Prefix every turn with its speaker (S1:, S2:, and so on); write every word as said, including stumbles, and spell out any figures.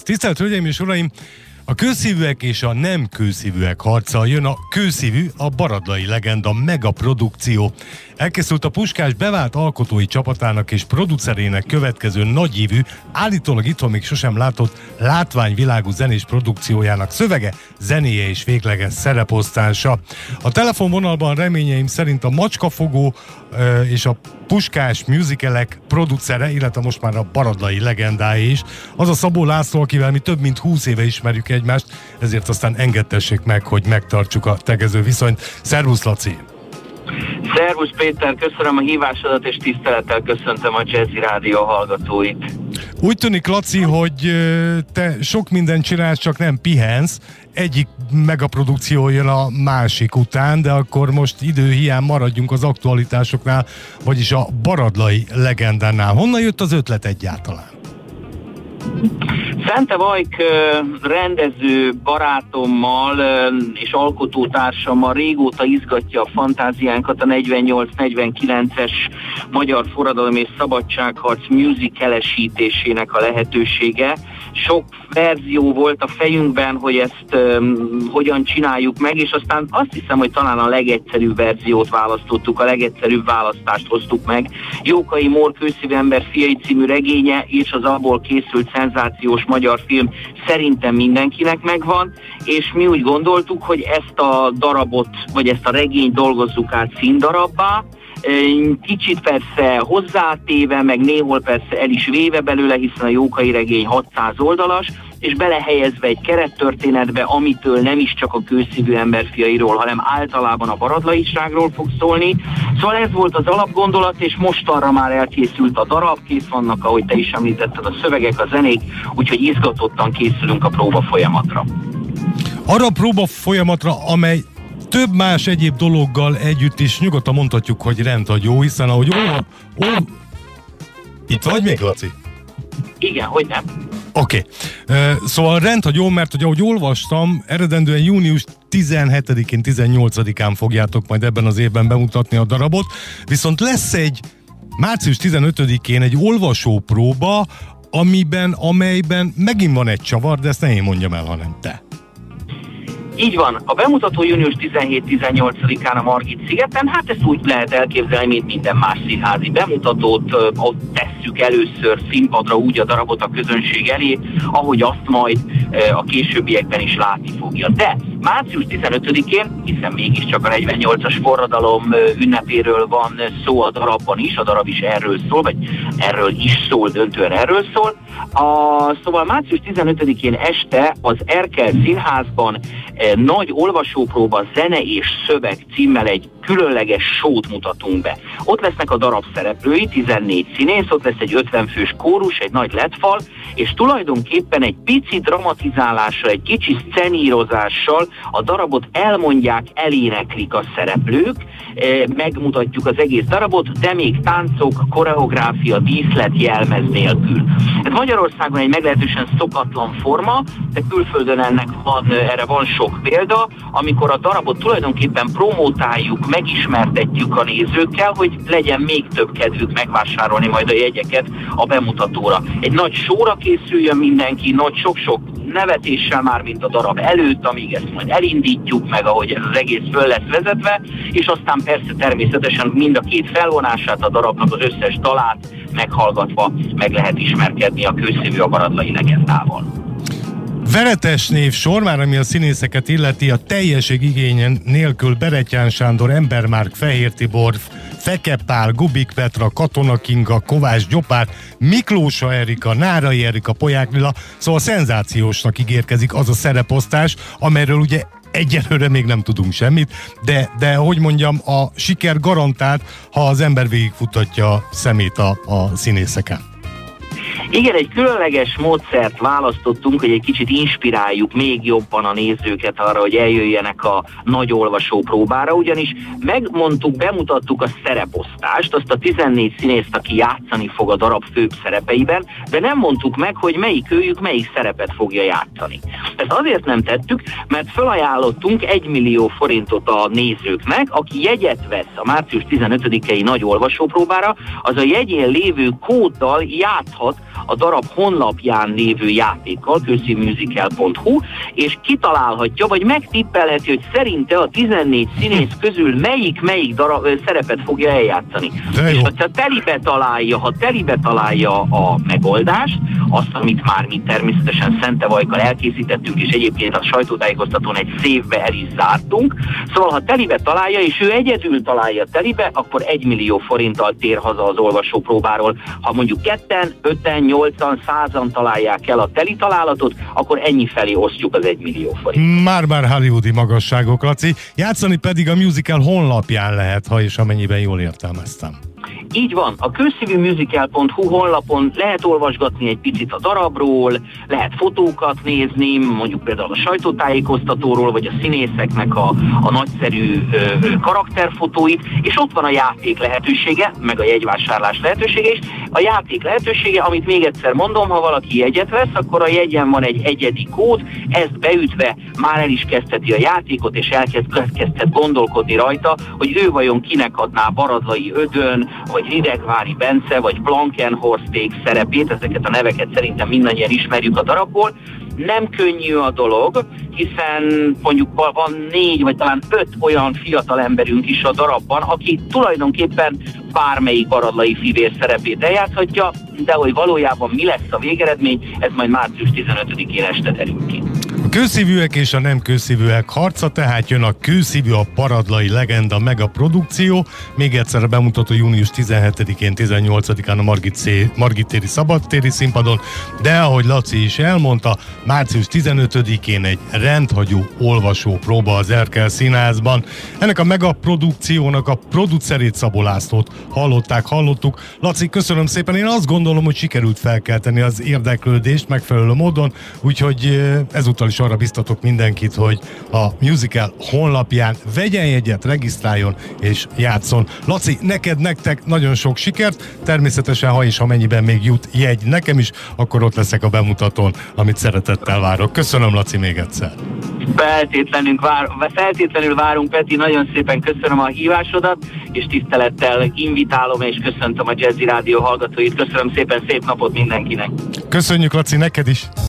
S1: Tisztelt Hölgyeim és Uraim! A kőszívűek és a nem kőszívűek harca, jön a kőszívű, a baradlai legenda megaprodukció. Elkészült a Puskás bevált alkotói csapatának és producerének következő nagyívű, állítólag itthon még sosem látott látványvilágú zenés produkciójának szövege, zenéje és végleges szereposztása. A telefonvonalban reményeim szerint a Macskafogó és a Puskás musicalek producere, illetve most már a baradlai legendája is. Az a Szabó László, akivel mi több mint húsz éve ismerjük egymást, ezért aztán engedtessék meg, hogy megtartsuk a tegező viszonyt. Szervusz, Laci!
S2: Szervusz, Péter, köszönöm a hívásodat, és tisztelettel köszöntöm a Jazzy Rádió hallgatóit.
S1: Úgy tűnik, Laci, hogy te sok mindent csinálsz, csak nem pihensz. Egyik megaprodukció jön a másik után, de akkor most időhiány maradjunk az aktualitásoknál, vagyis a baradlai legendánál. Honnan jött az ötlet egyáltalán?
S2: Szente Vajk rendező barátommal és alkotótársammal régóta izgatja a fantáziánkat a negyvennyolc negyvenkilences magyar forradalom és szabadságharc musicalesítésének a lehetősége. Sok verzió volt a fejünkben, hogy ezt um, hogyan csináljuk meg, és aztán azt hiszem, hogy talán a legegyszerűbb verziót választottuk, a legegyszerűbb választást hoztuk meg. Jókai Mór Kőszívű ember fiai című regénye és az abból készült szenzációs magyar film szerintem mindenkinek megvan, és mi úgy gondoltuk, hogy ezt a darabot, vagy ezt a regényt dolgozzuk át színdarabbá, kicsit persze hozzátéve, meg néhol persze el is véve belőle, hiszen a Jókai regény hatszáz oldalas, és belehelyezve egy kerettörténetbe, amitől nem is csak a kőszívű emberfiairól, hanem általában a baradlaiságról fog szólni. Szóval ez volt az alapgondolat, és mostanra már elkészült a darab, kész vannak, ahogy te is említetted, a szövegek, a zenék, úgyhogy izgatottan készülünk a próba folyamatra.
S1: Arra a próba folyamatra, amely több más egyéb dologgal együtt is nyugodtan mondhatjuk, hogy rendhagyó, hiszen ahogy olva... Ol... Itt vagy még, Laci?
S2: Igen, hogy nem.
S1: Oké. Okay. Uh, szóval rendhagyó, mert hogy ahogy olvastam, eredendően június tizenhetedikén, tizennyolcadikán fogjátok majd ebben az évben bemutatni a darabot, viszont lesz egy március tizenötödikén egy olvasópróba, amiben, amelyben megint van egy csavar, de ezt ne én mondjam el, hanem te.
S2: Így van, a bemutató június tizenhét-tizennyolcadikán a Margit szigeten, hát ezt úgy lehet elképzelni, mint minden más színházi bemutatót, ott tesszük először színpadra úgy a darabot a közönség elé, ahogy azt majd a későbbiekben is látni fogja. De március tizenötödikén, hiszen mégiscsak a negyvennyolcas forradalom ünnepéről van szó a darabban is, a darab is erről szól, vagy erről is szól, döntően erről szól. A, szóval március tizenötödikén este az Erkel Színházban e, nagy olvasópróba zene és szöveg címmel egy különleges sót mutatunk be. Ott lesznek a darab szereplői, tizennégy színész, ott lesz egy ötven fős kórus, egy nagy ledfal, és tulajdonképpen egy pici dramatizálással, egy kicsi szenírozással a darabot elmondják, eléneklik a szereplők, e, megmutatjuk az egész darabot, de még táncok, koreográfia, díszlet, jelmez nélkül. Ez Magyarországon egy meglehetősen szokatlan forma, de külföldön ennek van, erre van sok példa, amikor a darabot tulajdonképpen promotáljuk, megismertetjük a nézőkkel, hogy legyen még több kedvük megvásárolni majd a jegyeket a bemutatóra. Egy nagy sóra készüljön mindenki, nagy sok-sok nevetéssel már, mint a darab előtt, amíg ezt majd elindítjuk meg, ahogy ez az egész föl lesz vezetve, és aztán persze természetesen mind a két felvonását, a darabnak az összes dalát meghallgatva meg lehet ismerkedni a kőszívű, a baradlai legendával.
S1: Veretes névsor, már ami a színészeket illeti, a teljesség igényen nélkül Beretyán Sándor, Embermárk, Fehér Tibor, Feke Pál, Gubik Petra, Katona Kinga, Kovács Gyopár, Miklósa Erika, Nárai Erika, Polyák Lila, szóval szenzációsnak ígérkezik az a szereposztás, amelyről ugye egyelőre még nem tudunk semmit, de, de hogy mondjam, a siker garantált, ha az ember végigfutatja a szemét a, a színészeken.
S2: Igen, egy különleges módszert választottunk, hogy egy kicsit inspiráljuk még jobban a nézőket arra, hogy eljöjjenek a nagy olvasópróbára, ugyanis megmondtuk, bemutattuk a szereposztást, azt a tizennégy színészt, aki játszani fog a darab főbb szerepeiben, de nem mondtuk meg, hogy melyik őjük melyik szerepet fogja játszani. Ezt azért nem tettük, mert felajánlottunk egy millió forintot a nézőknek, aki jegyet vesz a március tizenötödikei nagy olvasópróbára, az a jegyén lévő kóddal játszhat a darab honlapján lévő játékkal, kőszívmusical pont hu, és kitalálhatja, vagy megtippelheti, hogy szerinte a tizennégy színész közül melyik-melyik darab, szerepet fogja eljátszani. És ha telibe találja, ha telibe találja a megoldást, azt, amit már mi természetesen Szentevajkkal elkészítettünk, és egyébként a sajtótájékoztatón egy szévbe el is zártunk. Szóval, ha telibe találja, és ő egyedül találja telibe, akkor egy millió forinttal tér haza az olvasópróbáról. Ha mondjuk ketten, öten, nyolcan, százan találják el a teli találatot, akkor ennyi felé osztjuk az egy millió forint.
S1: Már-már hollywoodi magasságok, Laci. Játszani pedig a musical honlapján lehet, ha és amennyiben jól értelmeztem.
S2: Így van, a kőszívmusical pont hu honlapon lehet olvasgatni egy picit a darabról, lehet fotókat nézni, mondjuk például a sajtótájékoztatóról, vagy a színészeknek a, a nagyszerű ö, ö, karakterfotóit, és ott van a játék lehetősége, meg a jegyvásárlás lehetősége is. A játék lehetősége, amit még egyszer mondom, ha valaki jegyet vesz, akkor a jegyen van egy egyedi kód, ezt beütve már el is kezdheti a játékot, és elkezdhet gondolkodni rajta, hogy ő vajon kinek adná Baradlai Ödön, vagy Hidegvári Bence, vagy Blankenhorsték szerepét, ezeket a neveket szerintem mindannyian ismerjük a darabból. Nem könnyű a dolog, hiszen mondjuk van négy, vagy talán öt olyan fiatal emberünk is a darabban, aki tulajdonképpen bármelyik baradlai fivér szerepét eljátszhatja, de hogy valójában mi lesz a végeredmény, ez majd március tizenötödikén este derül ki.
S1: A kőszívűek és a nem kőszívűek harca, tehát jön a Kőszívű, a Baradlai Legenda megaprodukció. Még egyszer a bemutató június tizenhetedikén, tizennyolcadikán a Margit, C- Margit téri szabadtéri színpadon, de ahogy Laci is elmondta, március tizenötödikén egy rendhagyó olvasó próba az Erkel Színházban. Ennek a megaprodukciónak a producerét, Szabó Lászlót hallották, hallottuk. Laci, köszönöm szépen, én azt gondolom, hogy sikerült felkelteni az érdeklődést megfelelő módon, úgyhogy ezúttal is arra biztatok mindenkit, hogy a musical honlapján vegyen jegyet, regisztráljon és játszon. Laci, neked, nektek nagyon sok sikert, természetesen, ha és amennyiben még jut jegy nekem is, akkor ott leszek a bemutatón, amit szeretettel várok. Köszönöm, Laci, még egyszer.
S2: Feltétlenül, vár, feltétlenül várunk, Peti, nagyon szépen köszönöm a hívásodat, és tisztelettel invitálom és köszöntöm a Jazzy Rádió hallgatóit. Köszönöm szépen, szép napot mindenkinek!
S1: Köszönjük, Laci, neked is!